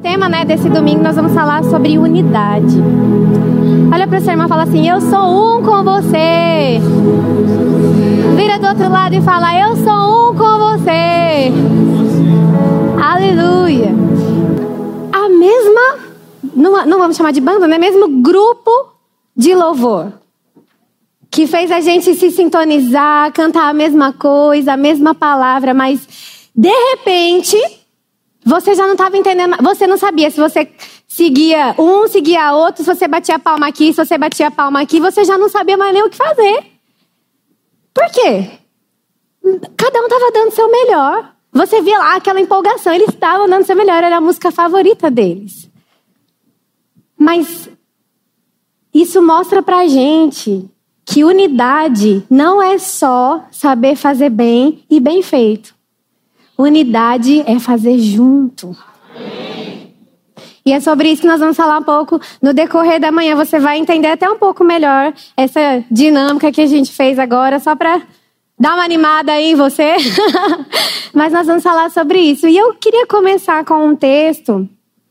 O tema, desse domingo nós vamos falar sobre unidade. Olha para o seu irmão e fala assim: eu sou um com você. Vira do outro lado e fala: eu sou um com você. Aleluia. A mesma, não vamos chamar de banda, mesmo grupo de louvor que fez a gente se sintonizar, cantar a mesma coisa, a mesma palavra, mas de repente você já não estava entendendo, você não sabia se você seguia um, seguia outro, se você batia a palma aqui, se você batia a palma aqui, você já não sabia mais nem o que fazer. Por quê? Cada um estava dando o seu melhor. Você via lá aquela empolgação, eles estavam dando o seu melhor, era a música favorita deles. Mas isso mostra pra gente que unidade não é só saber fazer bem e bem feito. Unidade é fazer junto. E é sobre isso que nós vamos falar um pouco no decorrer da manhã. Você vai entender até um pouco melhor essa dinâmica que a gente fez agora, só para dar uma animada aí em você. Mas nós vamos falar sobre isso. E eu queria começar com um texto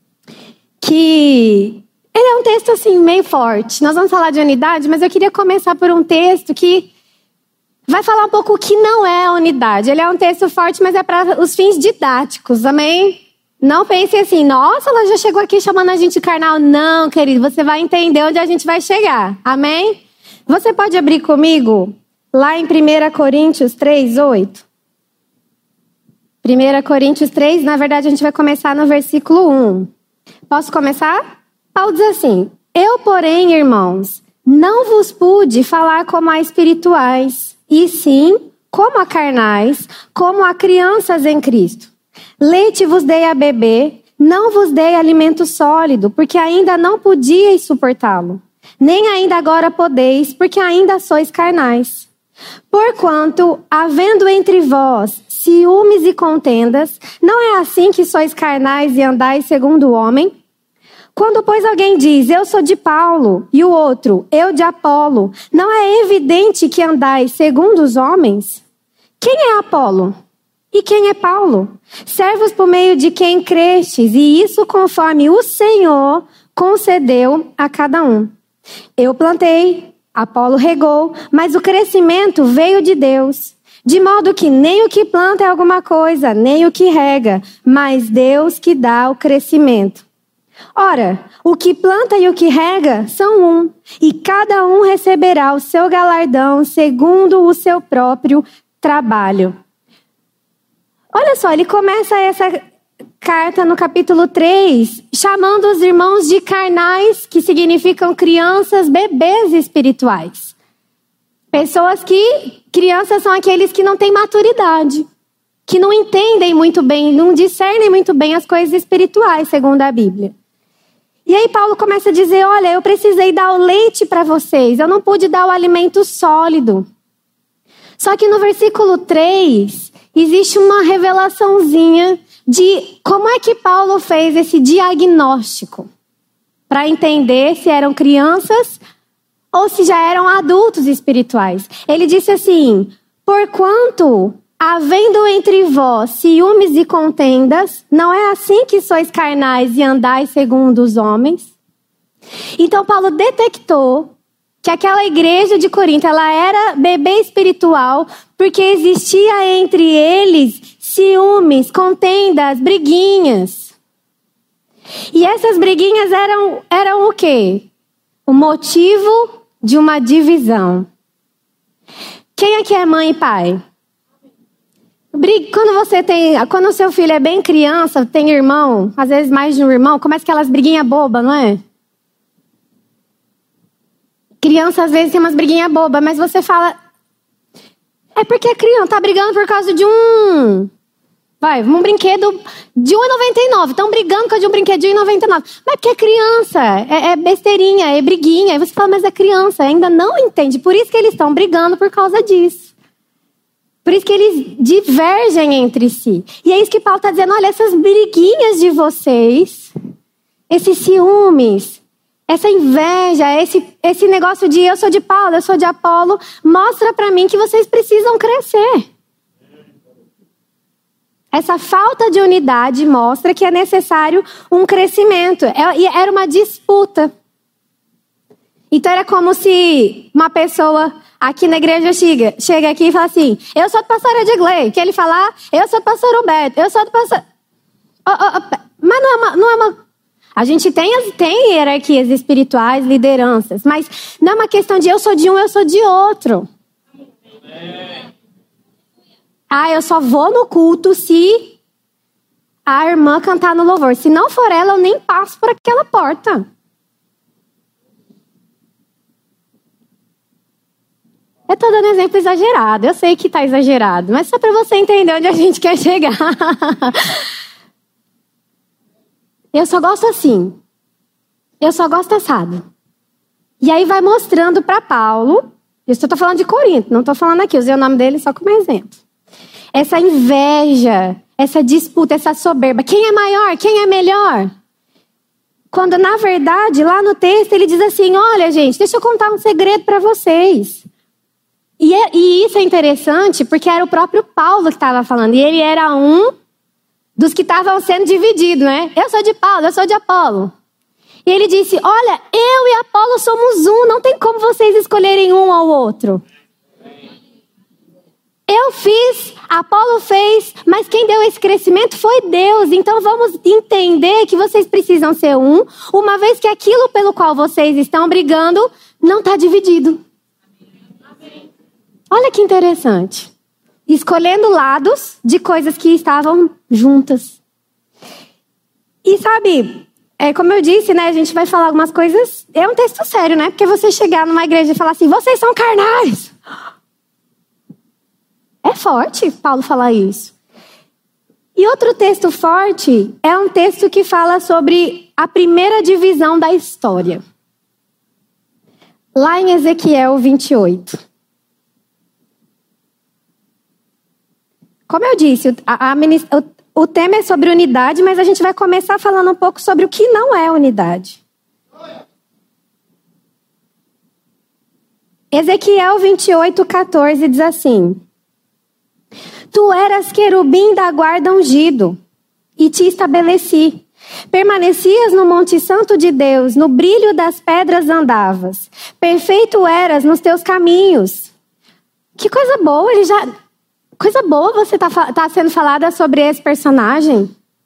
que... ele é um texto assim meio forte. Nós vamos falar de unidade, mas eu queria começar por um texto que vai falar um pouco o que não é a unidade. Ele é um texto forte, mas é para os fins didáticos, amém? Não pense assim: nossa, ela já chegou aqui chamando a gente de carnal. Não, querido, você vai entender onde a gente vai chegar, amém? Você pode abrir comigo lá em 1 Coríntios 3:8. 1 Coríntios 3, na verdade a gente vai começar no versículo 1. Posso começar? Paulo diz assim: eu, porém, irmãos, não vos pude falar como a espirituais, e sim como a carnais, como a crianças em Cristo. Leite vos dei a beber, não vos dei alimento sólido, porque ainda não podíeis suportá-lo. Nem ainda agora podeis, porque ainda sois carnais. Porquanto, havendo entre vós ciúmes e contendas, não é assim que sois carnais e andais segundo o homem? Quando, pois, alguém diz: eu sou de Paulo, e o outro: eu de Apolo, não é evidente que andais segundo os homens? Quem é Apolo? E quem é Paulo? Servos por meio de quem crestes, e isso conforme o Senhor concedeu a cada um. Eu plantei, Apolo regou, mas o crescimento veio de Deus. De modo que nem o que planta é alguma coisa, nem o que rega, mas Deus que dá o crescimento. Ora, o que planta e o que rega são um, e cada um receberá o seu galardão segundo o seu próprio trabalho. Olha só, ele começa essa carta no capítulo 3, chamando os irmãos de carnais, que significam crianças, bebês espirituais. Crianças são aqueles que não têm maturidade, que não entendem muito bem, não discernem muito bem as coisas espirituais, segundo a Bíblia. E aí Paulo começa a dizer: olha, eu precisei dar o leite para vocês, eu não pude dar o alimento sólido. Só que no versículo 3, existe uma revelaçãozinha de como é que Paulo fez esse diagnóstico para entender se eram crianças ou se já eram adultos espirituais. Ele disse assim: porquanto, havendo entre vós ciúmes e contendas, não é assim que sois carnais e andais segundo os homens? Então Paulo detectou que aquela igreja de Corinto, ela era bebê espiritual, porque existia entre eles ciúmes, contendas, briguinhas. E essas briguinhas eram o quê? O motivo de uma divisão. Quem aqui é mãe e pai? Quando o seu filho é bem criança, tem irmão, às vezes mais de um irmão, começa aquelas briguinhas bobas, não é? Criança às vezes tem umas briguinhas bobas, mas você fala: é porque a criança tá brigando por causa de um brinquedo de R$1,99. Estão brigando por causa de um brinquedo de R$1,99. Mas porque é criança, é besteirinha, é briguinha. Aí você fala: mas é criança, ainda não entende. Por isso que eles estão brigando por causa disso. Por isso que eles divergem entre si. E é isso que Paulo está dizendo: olha, essas briguinhas de vocês, esses ciúmes, essa inveja, esse negócio de eu sou de Paulo, eu sou de Apolo, mostra para mim que vocês precisam crescer. Essa falta de unidade mostra que é necessário um crescimento. Era uma disputa. Então era como se uma pessoa aqui na igreja chega aqui e fala assim: eu sou do pastor Edgley. Que ele falar, eu sou do pastor Humberto, eu sou do pastor... Mas não é uma... A gente tem hierarquias espirituais, lideranças, mas não é uma questão de eu sou de um, eu sou de outro. Eu só vou no culto se a irmã cantar no louvor. Se não for ela, eu nem passo por aquela porta. Eu tô dando exemplo exagerado. Eu sei que tá exagerado, mas só para você entender onde a gente quer chegar. Eu só gosto assim. Eu só gosto assado. E aí vai mostrando para Paulo. Isso eu tô falando de Corinto, não tô falando aqui. Usei o nome dele só como exemplo. Essa inveja, essa disputa, essa soberba. Quem é maior? Quem é melhor? Quando, na verdade, lá no texto, ele diz assim: olha, gente, deixa eu contar um segredo para vocês. E isso é interessante, porque era o próprio Paulo que estava falando. E ele era um dos que estavam sendo divididos, né? Eu sou de Paulo, eu sou de Apolo. E ele disse: olha, eu e Apolo somos um. Não tem como vocês escolherem um ou outro. Eu fiz, Apolo fez, mas quem deu esse crescimento foi Deus. Então vamos entender que vocês precisam ser um, uma vez que aquilo pelo qual vocês estão brigando não está dividido. Olha que interessante. Escolhendo lados de coisas que estavam juntas. E sabe, como eu disse, né, a gente vai falar algumas coisas. É um texto sério, né? Porque você chegar numa igreja e falar assim: vocês são carnais. É forte Paulo falar isso. E outro texto forte é um texto que fala sobre a primeira divisão da história. Lá em Ezequiel 28. Como eu disse, o tema é sobre unidade, mas a gente vai começar falando um pouco sobre o que não é unidade. Ezequiel 28, 14 diz assim: tu eras querubim da guarda ungido, e te estabeleci. Permanecias no monte santo de Deus, no brilho das pedras andavas. Perfeito eras nos teus caminhos. Que coisa boa, coisa boa você tá sendo falada sobre esse personagem.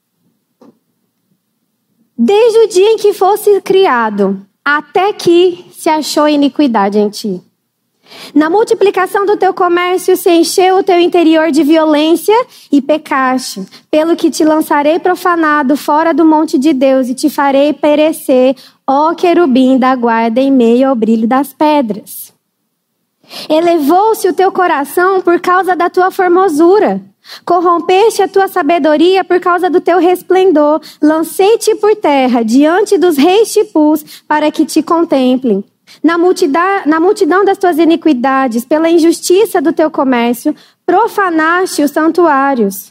Desde o dia em que fosse criado, até que se achou iniquidade em ti. Na multiplicação do teu comércio se encheu o teu interior de violência e pecaste. Pelo que te lançarei profanado fora do monte de Deus e te farei perecer, ó querubim da guarda em meio ao brilho das pedras. Elevou-se o teu coração por causa da tua formosura. Corrompeste a tua sabedoria por causa do teu resplendor. Lancei-te por terra diante dos reis tipus para que te contemplem. Na multidão das tuas iniquidades, pela injustiça do teu comércio, profanaste os santuários.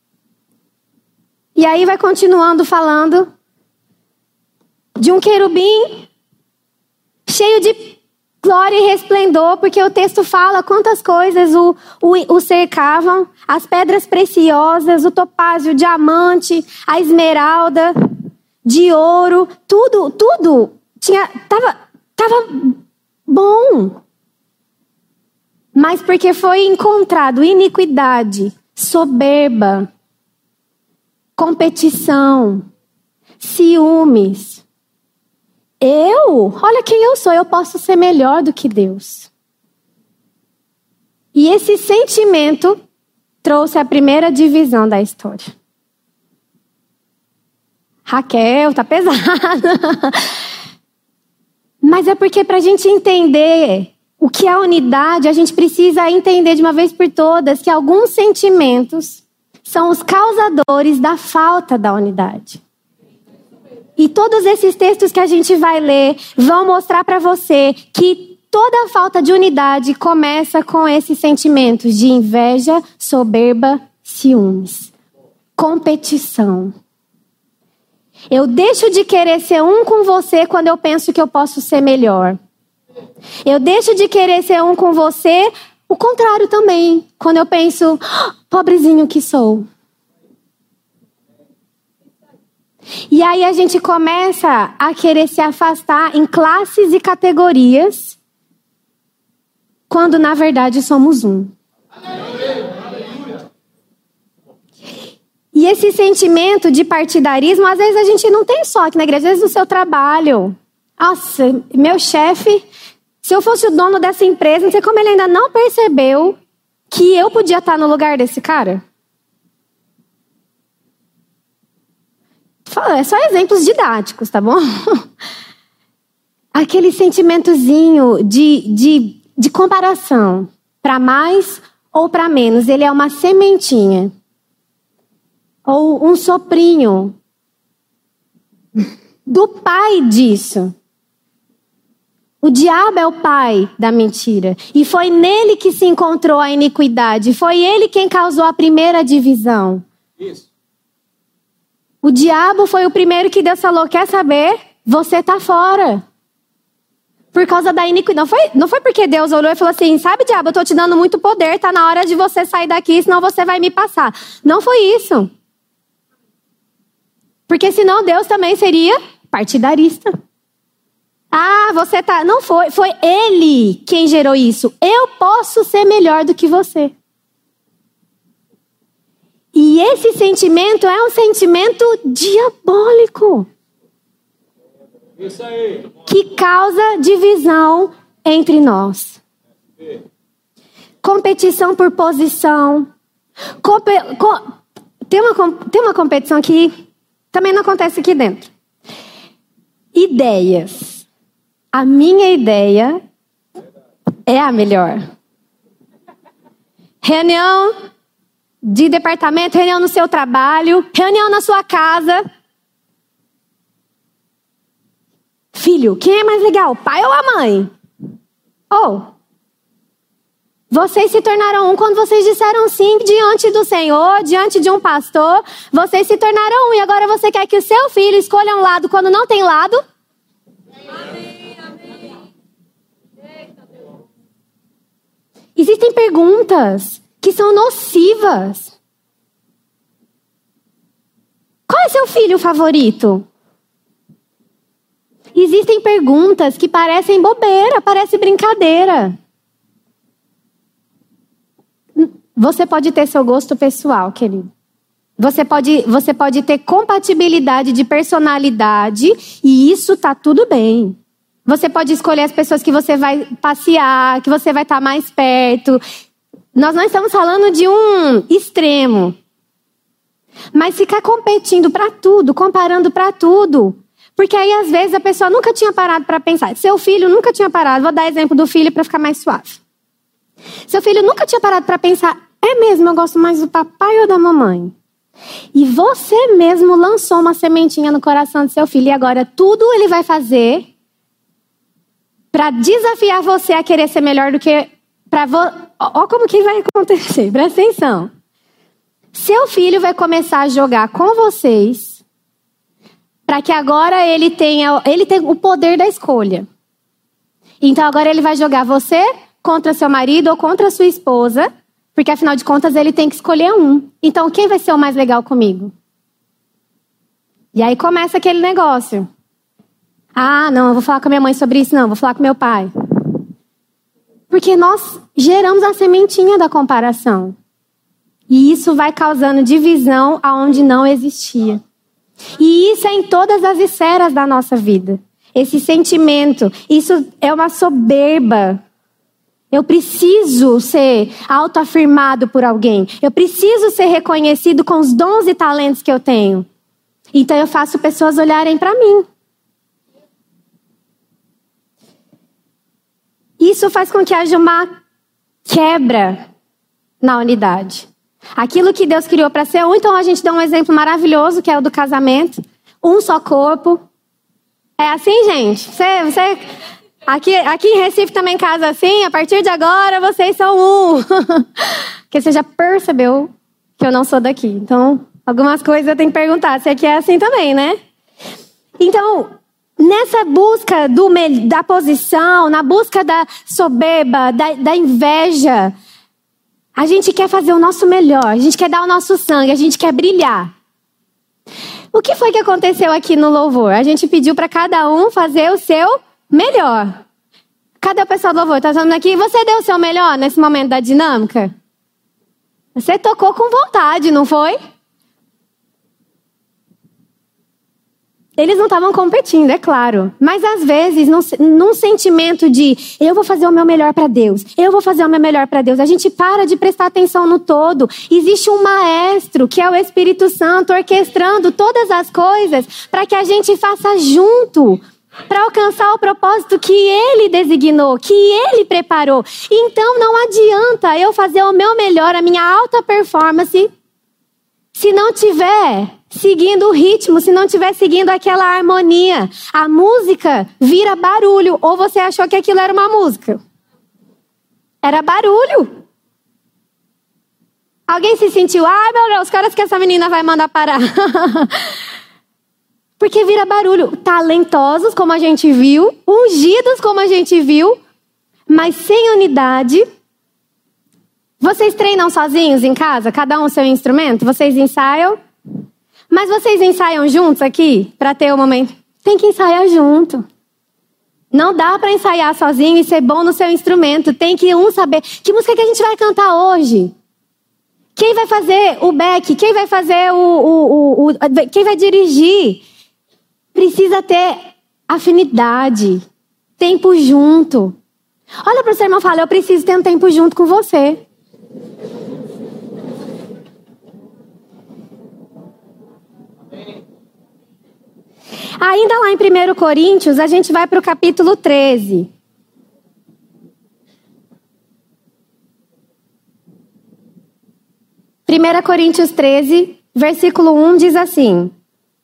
E aí vai continuando falando de um querubim cheio de glória e resplendor, porque o texto fala quantas coisas o cercavam, as pedras preciosas, o topázio, o diamante, a esmeralda, de ouro, tudo Tava bom. Mas porque foi encontrado iniquidade, soberba, competição, ciúmes. Olha quem eu sou, eu posso ser melhor do que Deus. E esse sentimento trouxe a primeira divisão da história. Raquel, tá pesada. Mas é porque para a gente entender o que é unidade, a gente precisa entender de uma vez por todas que alguns sentimentos são os causadores da falta da unidade. E todos esses textos que a gente vai ler vão mostrar para você que toda a falta de unidade começa com esses sentimentos de inveja, soberba, ciúmes, competição. Eu deixo de querer ser um com você quando eu penso que eu posso ser melhor. Eu deixo de querer ser um com você, o contrário também. Quando eu penso, pobrezinho que sou. E aí a gente começa a querer se afastar em classes e categorias, quando na verdade somos um. E esse sentimento de partidarismo, às vezes a gente não tem só aqui na igreja, às vezes no seu trabalho. Nossa, meu chefe, se eu fosse o dono dessa empresa, não sei como ele ainda não percebeu que eu podia estar no lugar desse cara. É só exemplos didáticos, tá bom? Aquele sentimentozinho de comparação, para mais ou para menos, ele é uma sementinha. Ou um soprinho do pai disso. O diabo é o pai da mentira. E foi nele que se encontrou a iniquidade. Foi ele quem causou a primeira divisão. Isso. O diabo foi o primeiro que Deus falou, quer saber? Você tá fora. Por causa da iniquidade. Não foi porque Deus olhou e falou assim, sabe, diabo, eu tô te dando muito poder, tá na hora de você sair daqui, senão você vai me passar. Não foi isso. Porque senão Deus também seria partidarista. Ah, você tá... Não foi. Foi ele quem gerou isso. Eu posso ser melhor do que você. E esse sentimento é um sentimento diabólico. Isso aí. Que causa divisão entre nós. Competição por posição. Tem uma competição que também não acontece aqui dentro. Ideias. A minha ideia é a melhor. Reunião de departamento, reunião no seu trabalho, reunião na sua casa. Filho, quem é mais legal, o pai ou a mãe? Vocês se tornaram um quando vocês disseram sim diante do Senhor, diante de um pastor. Vocês se tornaram um e agora você quer que o seu filho escolha um lado quando não tem lado? Amém, amém. Existem perguntas que são nocivas. Qual é seu filho favorito? Existem perguntas que parecem bobeira, parecem brincadeira. Você pode ter seu gosto pessoal, querido. Você pode ter compatibilidade de personalidade e isso tá tudo bem. Você pode escolher as pessoas que você vai passear, que você vai estar mais perto. Nós não estamos falando de um extremo. Mas ficar competindo para tudo, comparando para tudo. Porque aí, às vezes, a pessoa nunca tinha parado para pensar. Seu filho nunca tinha parado. Vou dar exemplo do filho para ficar mais suave. Seu filho nunca tinha parado para pensar, é mesmo, eu gosto mais do papai ou da mamãe? E você mesmo lançou uma sementinha no coração do seu filho. E agora tudo ele vai fazer para desafiar você a querer ser melhor do que... Olha como que vai acontecer, presta atenção. Seu filho vai começar a jogar com vocês para que agora ele tem o poder da escolha. Então agora ele vai jogar você contra seu marido ou contra sua esposa, porque afinal de contas ele tem que escolher um. Então quem vai ser o mais legal comigo? E aí começa aquele negócio. Ah, não, eu vou falar com a minha mãe sobre isso, não, vou falar com meu pai. Porque nós geramos a sementinha da comparação. E isso vai causando divisão aonde não existia. E isso é em todas as esferas da nossa vida. Esse sentimento, isso é uma soberba. Eu preciso ser autoafirmado por alguém. Eu preciso ser reconhecido com os dons e talentos que eu tenho. Então eu faço pessoas olharem para mim. Isso faz com que haja uma quebra na unidade. Aquilo que Deus criou para ser um, então a gente dá um exemplo maravilhoso, que é o do casamento. Um só corpo. É assim, gente? Você aqui em Recife também casa assim? A partir de agora vocês são um. Porque você já percebeu que eu não sou daqui. Então, algumas coisas eu tenho que perguntar se aqui é assim também, né? Então, nessa busca da posição, na busca da soberba, da inveja, a gente quer fazer o nosso melhor, a gente quer dar o nosso sangue, a gente quer brilhar. O que foi que aconteceu aqui no louvor? A gente pediu para cada um fazer o seu melhor. Cadê o pessoal do louvor? Tá falando aqui? Você deu o seu melhor nesse momento da dinâmica? Você tocou com vontade, não foi? Eles não estavam competindo, é claro. Mas às vezes, num sentimento de eu vou fazer o meu melhor para Deus, eu vou fazer o meu melhor para Deus, a gente para de prestar atenção no todo. Existe um maestro, que é o Espírito Santo, orquestrando todas as coisas para que a gente faça junto, para alcançar o propósito que Ele designou, que Ele preparou. Então não adianta eu fazer o meu melhor, a minha alta performance, se não tiver seguindo o ritmo, se não estiver seguindo aquela harmonia. A música vira barulho. Ou você achou que aquilo era uma música? Era barulho. Alguém se sentiu, ai meu Deus, que horas que essa menina vai mandar parar? Porque vira barulho. Talentosos, como a gente viu, ungidos, como a gente viu, mas sem unidade. Vocês treinam sozinhos em casa? Cada um seu instrumento? Vocês ensaiam? Mas vocês ensaiam juntos aqui? Para ter o momento? Tem que ensaiar junto. Não dá para ensaiar sozinho e ser bom no seu instrumento. Tem que um saber. Que música que a gente vai cantar hoje? Quem vai fazer o back? Quem vai fazer quem vai dirigir? Precisa ter afinidade. Tempo junto. Olha para o seu irmão e fala, eu preciso ter um tempo junto com você. Ainda lá em 1 Coríntios, a gente vai para o capítulo 13. Coríntios 13, versículo 1 diz assim.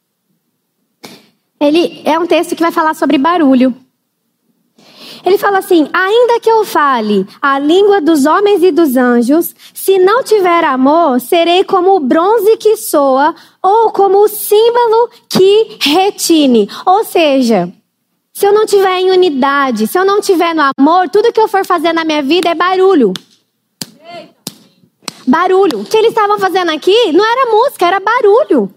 Ele é um texto que vai falar sobre barulho. Ele fala assim, ainda que eu fale a língua dos homens e dos anjos, se não tiver amor, serei como o bronze que soa ou como o símbolo que retine. Ou seja, se eu não tiver em unidade, se eu não tiver no amor, tudo que eu for fazer na minha vida é barulho. Barulho. O que eles estavam fazendo aqui não era música, era barulho.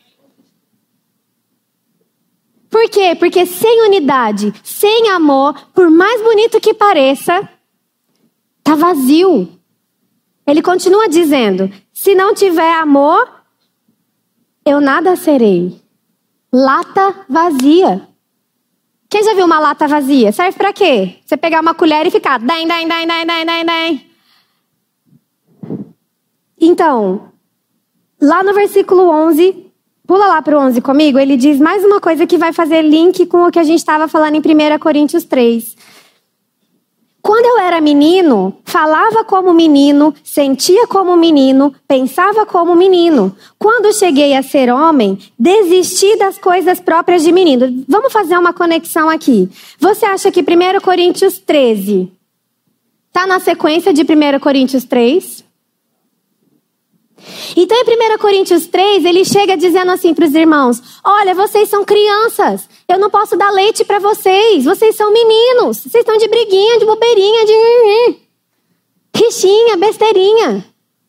Por quê? Porque sem unidade, sem amor, por mais bonito que pareça, tá vazio. Ele continua dizendo, se não tiver amor, eu nada serei. Lata vazia. Quem já viu uma lata vazia? Serve pra quê? Você pegar uma colher e ficar... Então, lá no versículo 11... Pula lá para o 11 comigo, ele diz mais uma coisa que vai fazer link com o que a gente estava falando em 1 Coríntios 3. Quando eu era menino, falava como menino, sentia como menino, pensava como menino. Quando cheguei a ser homem, desisti das coisas próprias de menino. Vamos fazer uma conexão aqui. Você acha que 1 Coríntios 13 está na sequência de 1 Coríntios 3? Então, em 1 Coríntios 3, ele chega dizendo assim para os irmãos, olha, vocês são crianças, eu não posso dar leite para vocês são meninos, vocês estão de briguinha, de bobeirinha, de rixinha, besteirinha.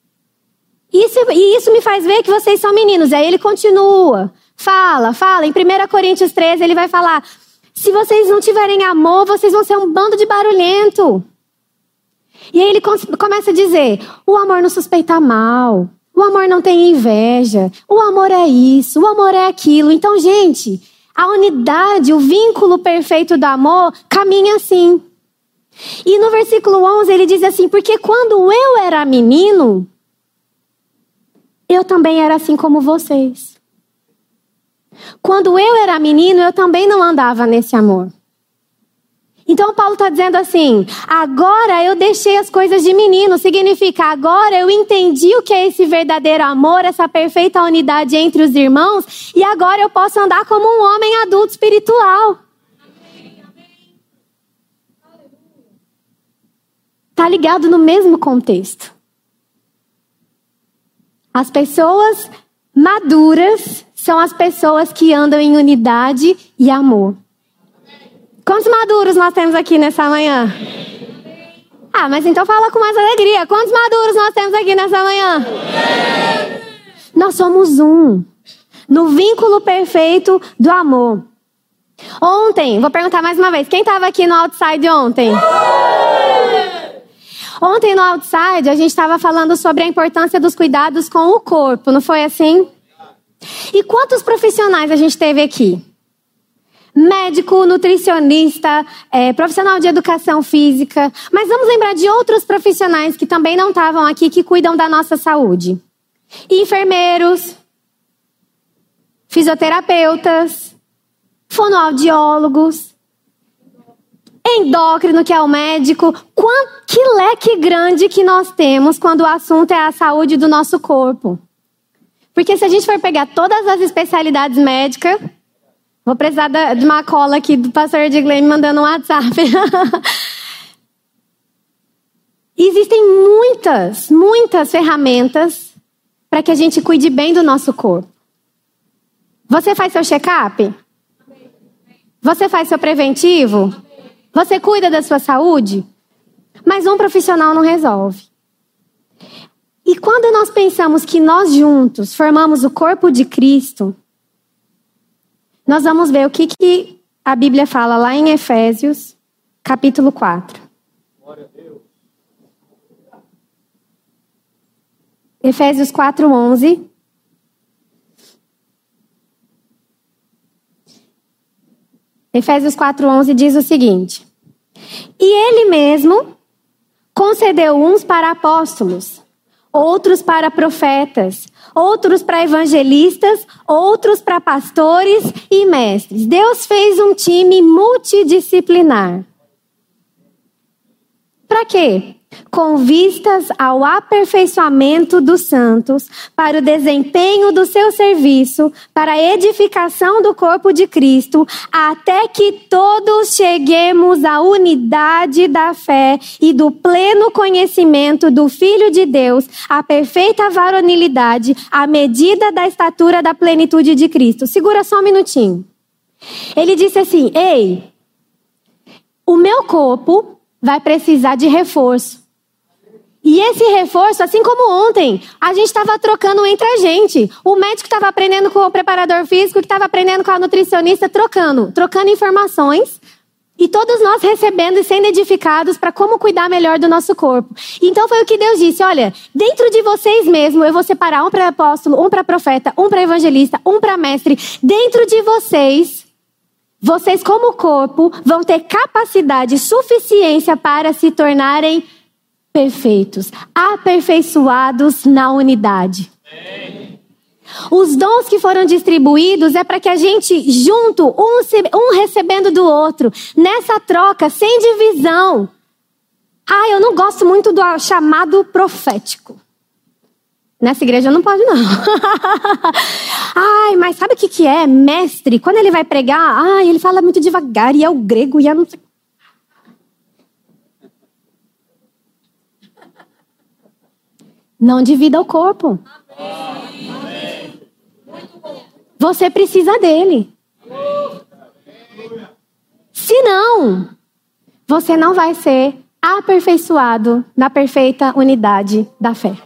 E isso me faz ver que vocês são meninos. Aí ele continua, fala, em 1 Coríntios 13, ele vai falar, se vocês não tiverem amor, vocês vão ser um bando de barulhento. E aí ele começa a dizer, o amor não suspeita mal. O amor não tem inveja, o amor é isso, o amor é aquilo. Então, gente, a unidade, o vínculo perfeito do amor caminha assim. E no versículo 11 ele diz assim, porque quando eu era menino, eu também era assim como vocês. Quando eu era menino, eu também não andava nesse amor. Então Paulo está dizendo assim, agora eu deixei as coisas de menino, significa agora eu entendi o que é esse verdadeiro amor, essa perfeita unidade entre os irmãos, e agora eu posso andar como um homem adulto espiritual. Está ligado no mesmo contexto. As pessoas maduras são as pessoas que andam em unidade e amor. Quantos maduros nós temos aqui nessa manhã? Ah, mas então fala com mais alegria. Quantos maduros nós temos aqui nessa manhã? Nós somos um. no vínculo perfeito do amor. Ontem, vou perguntar mais uma vez, quem estava aqui no Outside ontem? Ontem no Outside a gente estava falando sobre a importância dos cuidados com o corpo, não foi assim? E quantos profissionais a gente teve aqui? Médico, nutricionista, profissional de educação física. Mas vamos lembrar de outros profissionais que também não estavam aqui, que cuidam da nossa saúde. Enfermeiros, fisioterapeutas, fonoaudiólogos, endócrino, que é o médico. Que leque grande que nós temos quando o assunto é a saúde do nosso corpo. Porque se a gente for pegar todas as especialidades médicas, vou precisar de uma cola aqui do pastor Edgley me mandando um WhatsApp. Existem muitas ferramentas para que a gente cuide bem do nosso corpo. Você faz seu check-up? Você faz seu preventivo? Você cuida da sua saúde? Mas um profissional não resolve. E quando nós pensamos que nós juntos formamos o corpo de Cristo, nós vamos ver o que a Bíblia fala lá em Efésios, capítulo 4. Glória a Deus. Efésios 4:11. Efésios 4:11 diz o seguinte: E ele mesmo concedeu uns para apóstolos, outros para profetas, outros para evangelistas, outros para pastores e mestres. Deus fez um time multidisciplinar. Para quê? Com vistas ao aperfeiçoamento dos santos, para o desempenho do seu serviço, para a edificação do corpo de Cristo, até que todos cheguemos à unidade da fé e do pleno conhecimento do Filho de Deus, à perfeita varonilidade, à medida da estatura da plenitude de Cristo. Segura só um minutinho. Ele disse assim: ei, o meu corpo vai precisar de reforço. E esse reforço, assim como ontem, a gente estava trocando entre a gente. O médico estava aprendendo com o preparador físico, que estava aprendendo com a nutricionista, trocando informações. E todos nós recebendo e sendo edificados para como cuidar melhor do nosso corpo. Então foi o que Deus disse: olha, dentro de vocês mesmos, eu vou separar um para apóstolo, um para profeta, um para evangelista, um para mestre. Dentro de vocês como corpo, vão ter capacidade e suficiência para se tornarem perfeitos, aperfeiçoados na unidade. Os dons que foram distribuídos é para que a gente junto, um recebendo do outro, nessa troca, sem divisão. Eu não gosto muito do chamado profético. Nessa igreja não pode, não. Mas sabe o que é? Mestre, quando ele vai pregar, ele fala muito devagar, e é o grego, e é não sei. Não divida o corpo. Você precisa dele. Senão, você não vai ser aperfeiçoado na perfeita unidade da fé.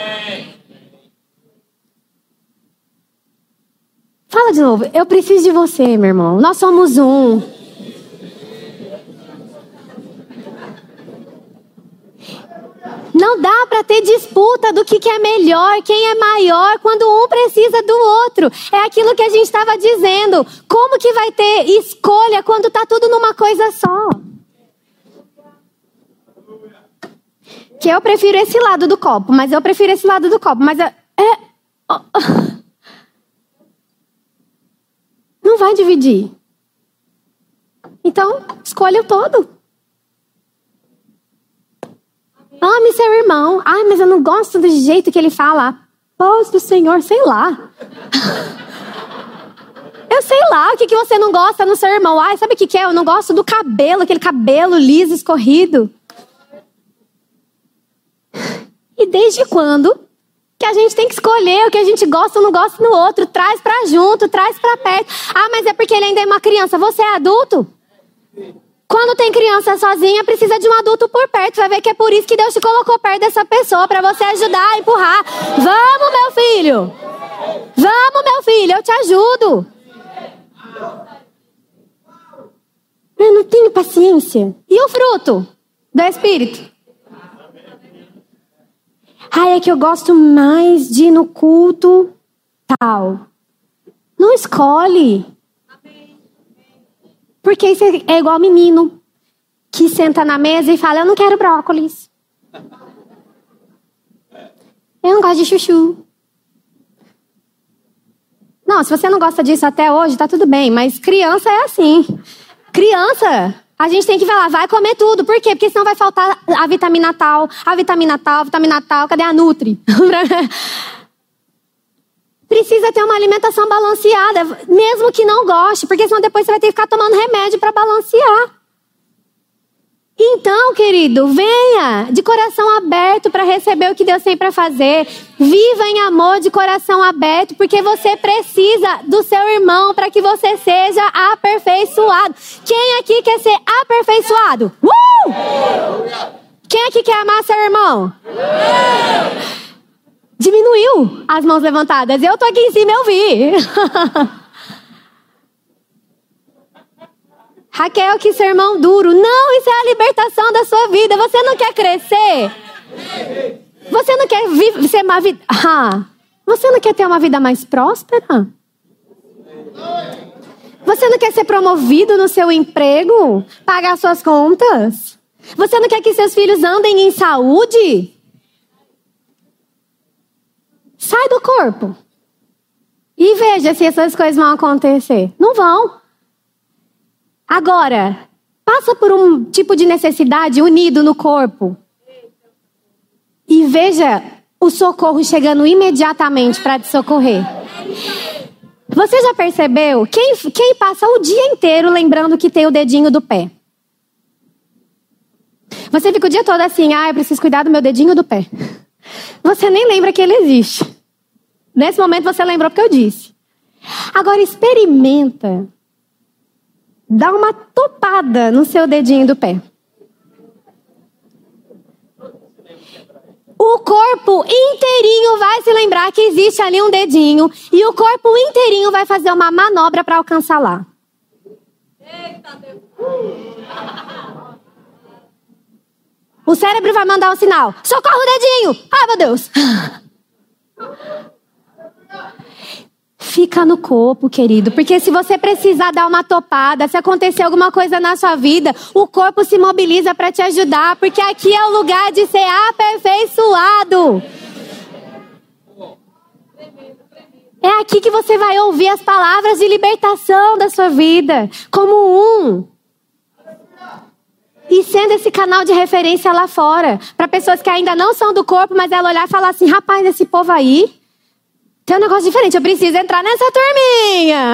Fala de novo. Eu preciso de você, meu irmão. Nós somos um. Não dá para ter disputa do que é melhor, quem é maior, quando um precisa do outro. É aquilo que a gente estava dizendo. Como que vai ter escolha quando está tudo numa coisa só? Que eu prefiro esse lado do copo, mas não vai dividir. Então, escolha o todo. Ame seu irmão. Mas eu não gosto do jeito que ele fala. Paz do Senhor, sei lá. Eu sei lá o que você não gosta no seu irmão. Sabe o que é? Eu não gosto do cabelo, aquele cabelo liso, escorrido. E desde quando que a gente tem que escolher o que a gente gosta ou não gosta no outro? Traz pra junto, traz pra perto. Mas é porque ele ainda é uma criança. Você é adulto? Quando tem criança sozinha, precisa de um adulto por perto. Vai ver que é por isso que Deus te colocou perto dessa pessoa, para você ajudar a empurrar. Vamos, meu filho. Vamos, meu filho, eu te ajudo. Eu não tenho paciência. E o fruto do Espírito? É que eu gosto mais de ir no culto tal. Não escolhe. Porque isso é igual menino que senta na mesa e fala, eu não quero brócolis. Eu não gosto de chuchu. Não, se você não gosta disso até hoje, tá tudo bem. Mas criança é assim. Criança, a gente tem que falar, vai comer tudo. Por quê? Porque senão vai faltar a vitamina tal, a vitamina tal, a vitamina tal. Cadê a Nutri? Precisa ter uma alimentação balanceada, mesmo que não goste. Porque senão depois você vai ter que ficar tomando remédio para balancear. Então, querido, venha de coração aberto para receber o que Deus tem para fazer. Viva em amor de coração aberto, porque você precisa do seu irmão para que você seja aperfeiçoado. Quem aqui quer ser aperfeiçoado? Quem aqui quer amar seu irmão? Diminuiu as mãos levantadas. Eu tô aqui em cima, eu vi. Raquel, que sermão duro. Não, isso é a libertação da sua vida. Você não quer crescer? Você não quer ser uma vida... Você não quer ter uma vida mais próspera? Você não quer ser promovido no seu emprego? Pagar suas contas? Você não quer que seus filhos andem em saúde? Sai do corpo. E veja se essas coisas vão acontecer. Não vão. Agora, passa por um tipo de necessidade unido no corpo. E veja o socorro chegando imediatamente para te socorrer. Você já percebeu? Quem passa o dia inteiro lembrando que tem o dedinho do pé? Você fica o dia todo assim, eu preciso cuidar do meu dedinho do pé. Você nem lembra que ele existe. Nesse momento você lembrou porque eu disse. Agora experimenta. Dá uma topada no seu dedinho do pé. O corpo inteirinho vai se lembrar que existe ali um dedinho. E o corpo inteirinho vai fazer uma manobra para alcançar lá. O cérebro vai mandar um sinal. Socorro o dedinho! Ai, meu Deus! Fica no corpo, querido. Porque se você precisar dar uma topada, se acontecer alguma coisa na sua vida, o corpo se mobiliza para te ajudar. Porque aqui é o lugar de ser aperfeiçoado. É aqui que você vai ouvir as palavras de libertação da sua vida. Como um. E sendo esse canal de referência lá fora. Para pessoas que ainda não são do corpo, mas ela olhar e falar assim, rapaz, esse povo aí tem um negócio diferente, eu preciso entrar nessa turminha.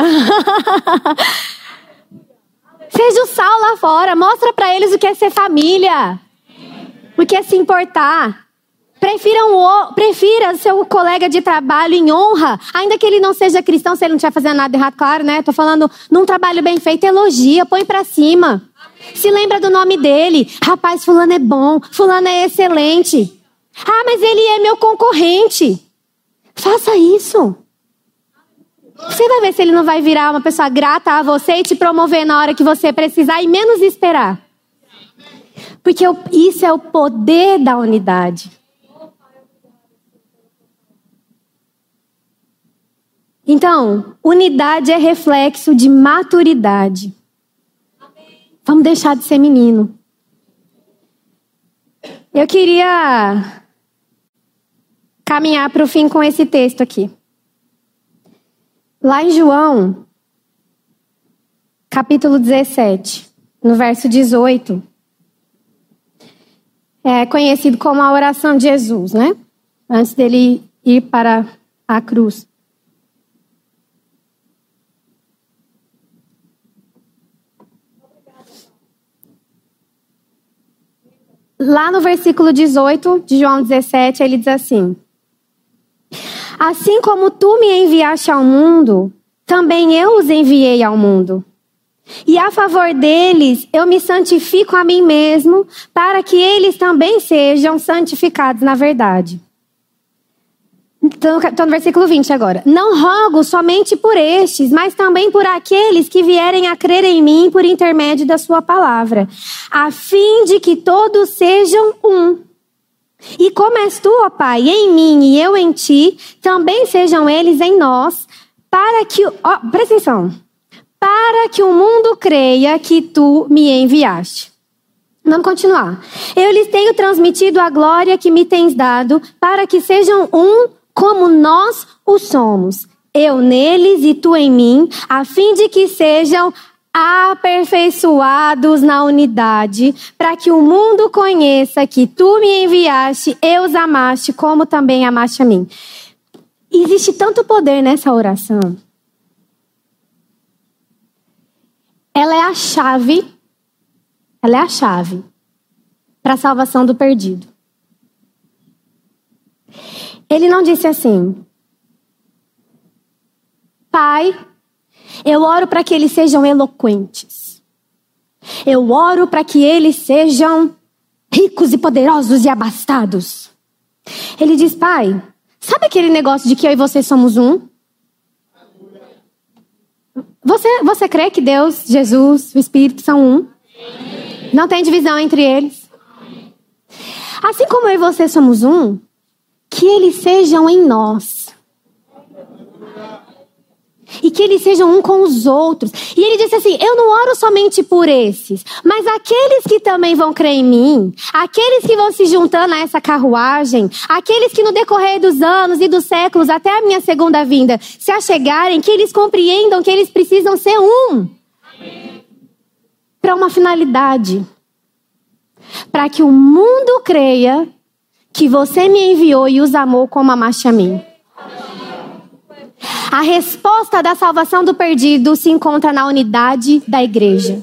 Seja o sal lá fora, mostra para eles o que é ser família. O que é se importar. Prefira seu colega de trabalho em honra, ainda que ele não seja cristão, se ele não estiver fazendo nada errado, claro, né? Tô falando num trabalho bem feito, elogia, põe pra cima. Se lembra do nome dele. Rapaz, fulano é bom, fulano é excelente. Mas ele é meu concorrente. Faça isso. Você vai ver se ele não vai virar uma pessoa grata a você e te promover na hora que você precisar e menos esperar. Porque isso é o poder da unidade. Então, unidade é reflexo de maturidade. Vamos deixar de ser menino. Eu queria caminhar para o fim com esse texto aqui. Lá em João, capítulo 17, no verso 18, é conhecido como a oração de Jesus, né? Antes dele ir para a cruz. Lá no versículo 18 de João 17, ele diz assim: assim como tu me enviaste ao mundo, também eu os enviei ao mundo. E a favor deles, eu me santifico a mim mesmo, para que eles também sejam santificados na verdade. Estou no versículo 20 agora. Não rogo somente por estes, mas também por aqueles que vierem a crer em mim por intermédio da sua palavra, a fim de que todos sejam um. E como és tu, ó Pai, em mim e eu em ti, também sejam eles em nós, para que... presta atenção. Para que o mundo creia que tu me enviaste. Vamos continuar. Eu lhes tenho transmitido a glória que me tens dado, para que sejam um como nós o somos. Eu neles e tu em mim, a fim de que sejam aperfeiçoados na unidade, para que o mundo conheça que tu me enviaste e os amaste, como também amaste a mim. Existe tanto poder nessa oração. Ela é a chave para a salvação do perdido. Ele não disse assim: Pai, eu oro para que eles sejam eloquentes. Eu oro para que eles sejam ricos e poderosos e abastados. Ele diz: Pai, sabe aquele negócio de que eu e você somos um? Você crê que Deus, Jesus, o Espírito são um? Não tem divisão entre eles? Assim como eu e você somos um, que eles sejam em nós. E que eles sejam um com os outros. E ele disse assim: eu não oro somente por esses, mas aqueles que também vão crer em mim, aqueles que vão se juntando a essa carruagem, aqueles que no decorrer dos anos e dos séculos, até a minha segunda vinda, se achegarem, que eles compreendam que eles precisam ser um. Para uma finalidade. Para que o mundo creia que você me enviou e os amou como amaste a mim. A resposta da salvação do perdido se encontra na unidade da igreja.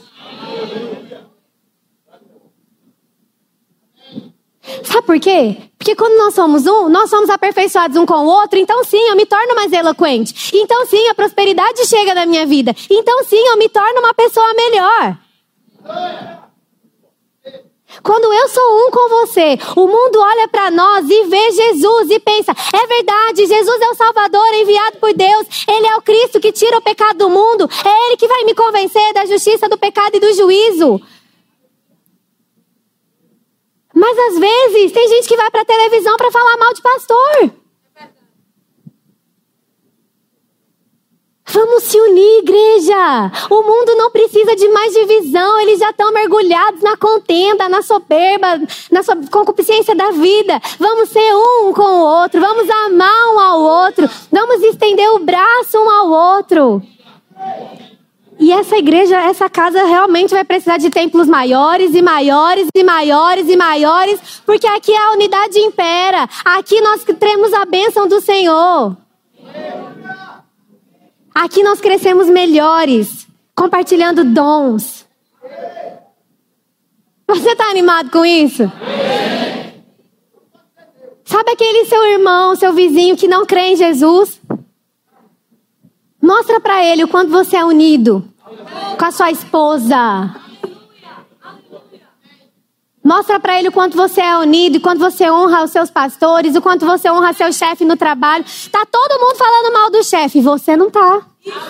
Sabe por quê? Porque quando nós somos um, nós somos aperfeiçoados um com o outro, então sim, eu me torno mais eloquente. Então sim, a prosperidade chega na minha vida. Então sim, eu me torno uma pessoa melhor. Quando eu sou um com você, o mundo olha para nós e vê Jesus e pensa: é verdade, Jesus é o Salvador enviado por Deus. Ele é o Cristo que tira o pecado do mundo. É Ele que vai me convencer da justiça, do pecado e do juízo. Mas às vezes tem gente que vai para a televisão para falar mal de pastor. Vamos se unir, igreja. O mundo não precisa de mais divisão. Eles já estão mergulhados na contenda, na soberba, na concupiscência da vida. Vamos ser um com o outro. Vamos amar um ao outro. Vamos estender o braço um ao outro. E essa igreja, essa casa realmente vai precisar de templos maiores e maiores e maiores e maiores. Porque aqui a unidade impera. Aqui nós temos a bênção do Senhor. Aqui nós crescemos melhores, compartilhando dons. Você está animado com isso? Sabe aquele seu irmão, seu vizinho que não crê em Jesus? Mostra para ele o quanto você é unido com a sua esposa. Mostra para ele o quanto você é unido, o quanto você honra os seus pastores, o quanto você honra seu chefe no trabalho. Tá todo mundo falando mal do chefe, você não tá.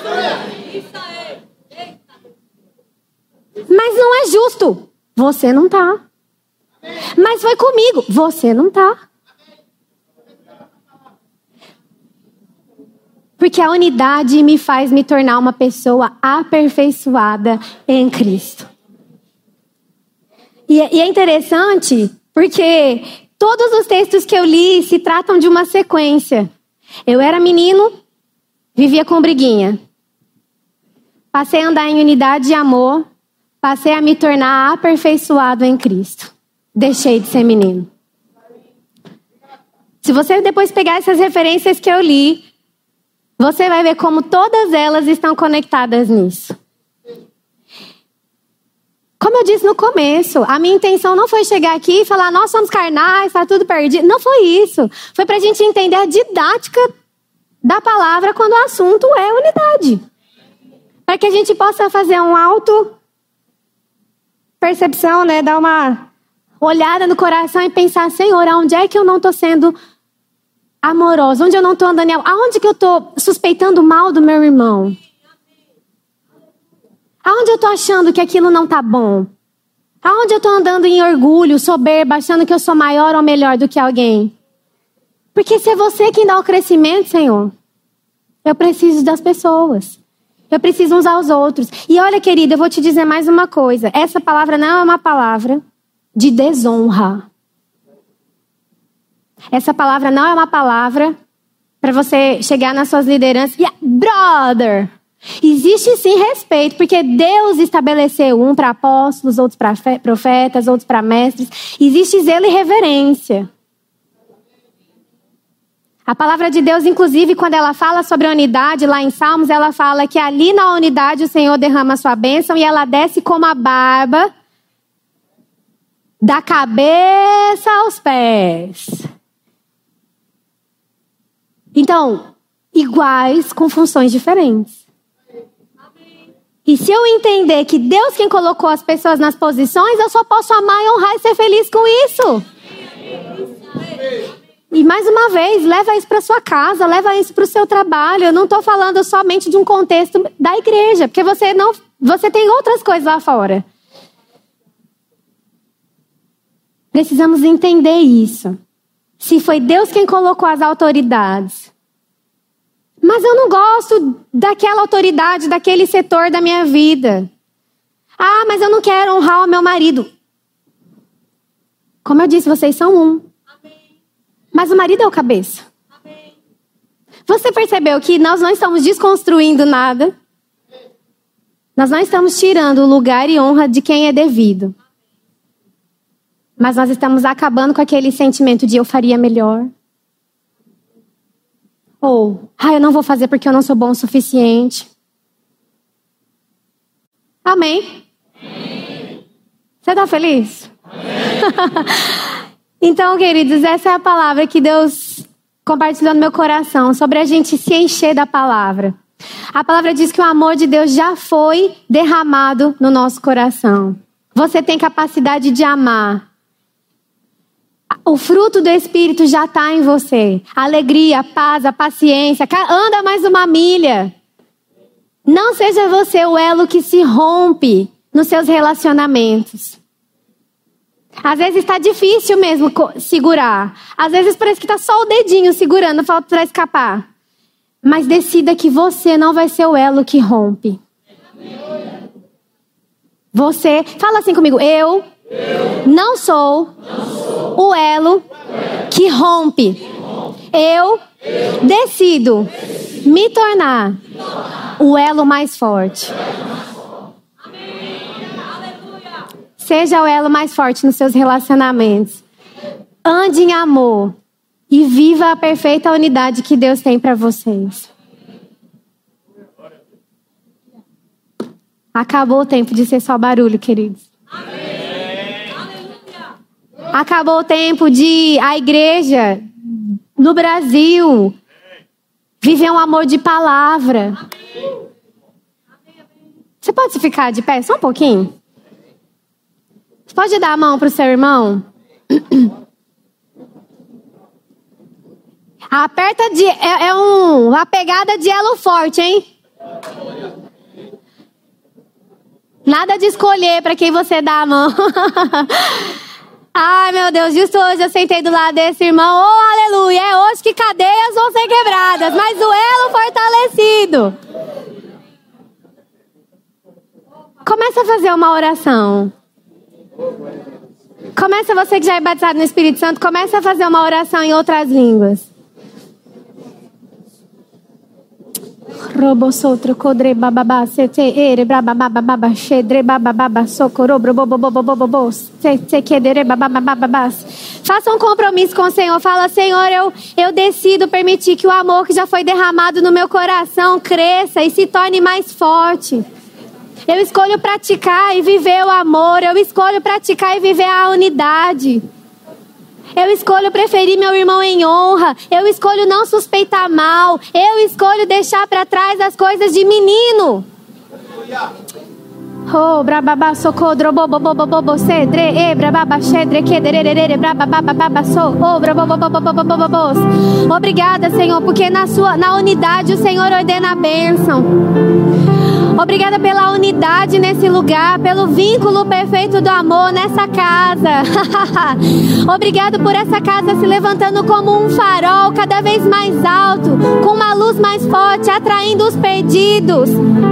Mas não é justo, você não tá. Mas foi comigo, você não tá. Porque a unidade me faz me tornar uma pessoa aperfeiçoada em Cristo. E é interessante porque todos os textos que eu li se tratam de uma sequência. Eu era menino, vivia com briguinha. Passei a andar em unidade e amor. Passei a me tornar aperfeiçoado em Cristo. Deixei de ser menino. Se você depois pegar essas referências que eu li, você vai ver como todas elas estão conectadas nisso. Como eu disse no começo, a minha intenção não foi chegar aqui e falar: nós somos carnais, está tudo perdido. Não foi isso. Foi para a gente entender a didática da palavra quando o assunto é unidade. Para que a gente possa fazer um auto-percepção, né? Dar uma olhada no coração e pensar: Senhor, aonde é que eu não estou sendo amorosa, onde eu não estou andando aonde que eu estou suspeitando mal do meu irmão? Aonde eu estou achando que aquilo não está bom? Aonde eu estou andando em orgulho, soberba, achando que eu sou maior ou melhor do que alguém? Porque se é você quem dá o crescimento, Senhor, eu preciso das pessoas. Eu preciso uns aos outros. E olha, querida, eu vou te dizer mais uma coisa. Essa palavra não é uma palavra de desonra. Essa palavra não é uma palavra para você chegar nas suas lideranças e, brother, existe sim respeito, porque Deus estabeleceu um para apóstolos, outros para profetas, outros para mestres. Existe zelo e reverência. A palavra de Deus, inclusive, quando ela fala sobre a unidade, lá em Salmos, ela fala que ali na unidade o Senhor derrama a sua bênção e ela desce como a barba da cabeça aos pés. Então, iguais com funções diferentes. E se eu entender que Deus quem colocou as pessoas nas posições, eu só posso amar e honrar e ser feliz com isso. E mais uma vez, leva isso para sua casa, leva isso para o seu trabalho. Eu não estou falando somente de um contexto da igreja, porque você tem outras coisas lá fora. Precisamos entender isso. Se foi Deus quem colocou as autoridades. Mas eu não gosto daquela autoridade, daquele setor da minha vida. Ah, mas eu não quero honrar o meu marido. Como eu disse, vocês são um. Mas o marido é o cabeça. Você percebeu que nós não estamos desconstruindo nada? Nós não estamos tirando o lugar e honra de quem é devido. Mas nós estamos acabando com aquele sentimento de eu faria melhor. Ou, eu não vou fazer porque eu não sou bom o suficiente. Amém? Você está feliz? Então, queridos, essa é a palavra que Deus compartilhou no meu coração, sobre a gente se encher da palavra. A palavra diz que o amor de Deus já foi derramado no nosso coração. Você tem capacidade de amar. O fruto do Espírito já está em você. A alegria, a paz, a paciência. Anda mais uma milha. Não seja você o elo que se rompe nos seus relacionamentos. Às vezes está difícil mesmo segurar. Às vezes parece que está só o dedinho segurando, falta para escapar. Mas decida que você não vai ser o elo que rompe. Você, fala assim comigo, eu não sou o elo que rompe. Eu decido me tornar o elo mais forte. Seja o elo mais forte nos seus relacionamentos. Ande em amor e viva a perfeita unidade que Deus tem para vocês. Acabou o tempo de ser só barulho, queridos. Acabou o tempo de a igreja no Brasil viver um amor de palavra. Você pode ficar de pé só um pouquinho? Você pode dar a mão para o seu irmão? Aperta uma pegada de elo forte, hein? Nada de escolher para quem você dá a mão. Ai, meu Deus, justo hoje eu sentei do lado desse irmão. Oh, aleluia, é hoje que cadeias vão ser quebradas, mas o elo fortalecido. Começa a fazer uma oração. Começa, você que já é batizado no Espírito Santo, começa a fazer uma oração em outras línguas. Robosotro codre bababa sete ere bababa shedre bababa socorro bobobobobobo sete quedere bababa. Faça um compromisso com o Senhor. Fala, Senhor, eu decido permitir que o amor que já foi derramado no meu coração cresça e se torne mais forte. Eu escolho praticar e viver o amor. Eu escolho praticar e viver a unidade. Eu escolho preferir meu irmão em honra. Eu escolho não suspeitar mal. Eu escolho deixar para trás as coisas de menino. Oh, brababa socodro bobo bobo bobo cedre e brababa cedre que dererere brababa so oh brababababababos. Obrigada, Senhor, porque na unidade o Senhor ordena a bênção. Obrigada pela unidade nesse lugar, pelo vínculo perfeito do amor nessa casa. Obrigado por essa casa se levantando como um farol cada vez mais alto, com uma luz mais forte, atraindo os perdidos.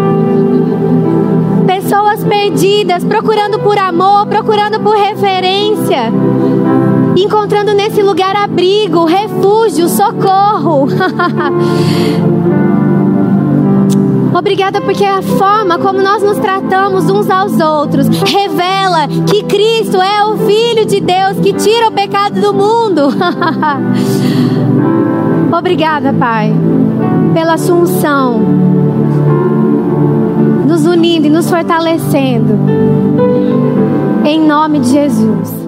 Pessoas perdidas, procurando por amor, procurando por referência, encontrando nesse lugar abrigo, refúgio, socorro. Obrigada porque a forma como nós nos tratamos uns aos outros revela que Cristo é o Filho de Deus que tira o pecado do mundo. Obrigada, Pai, pela sua unção, nos unindo e nos fortalecendo. Em nome de Jesus.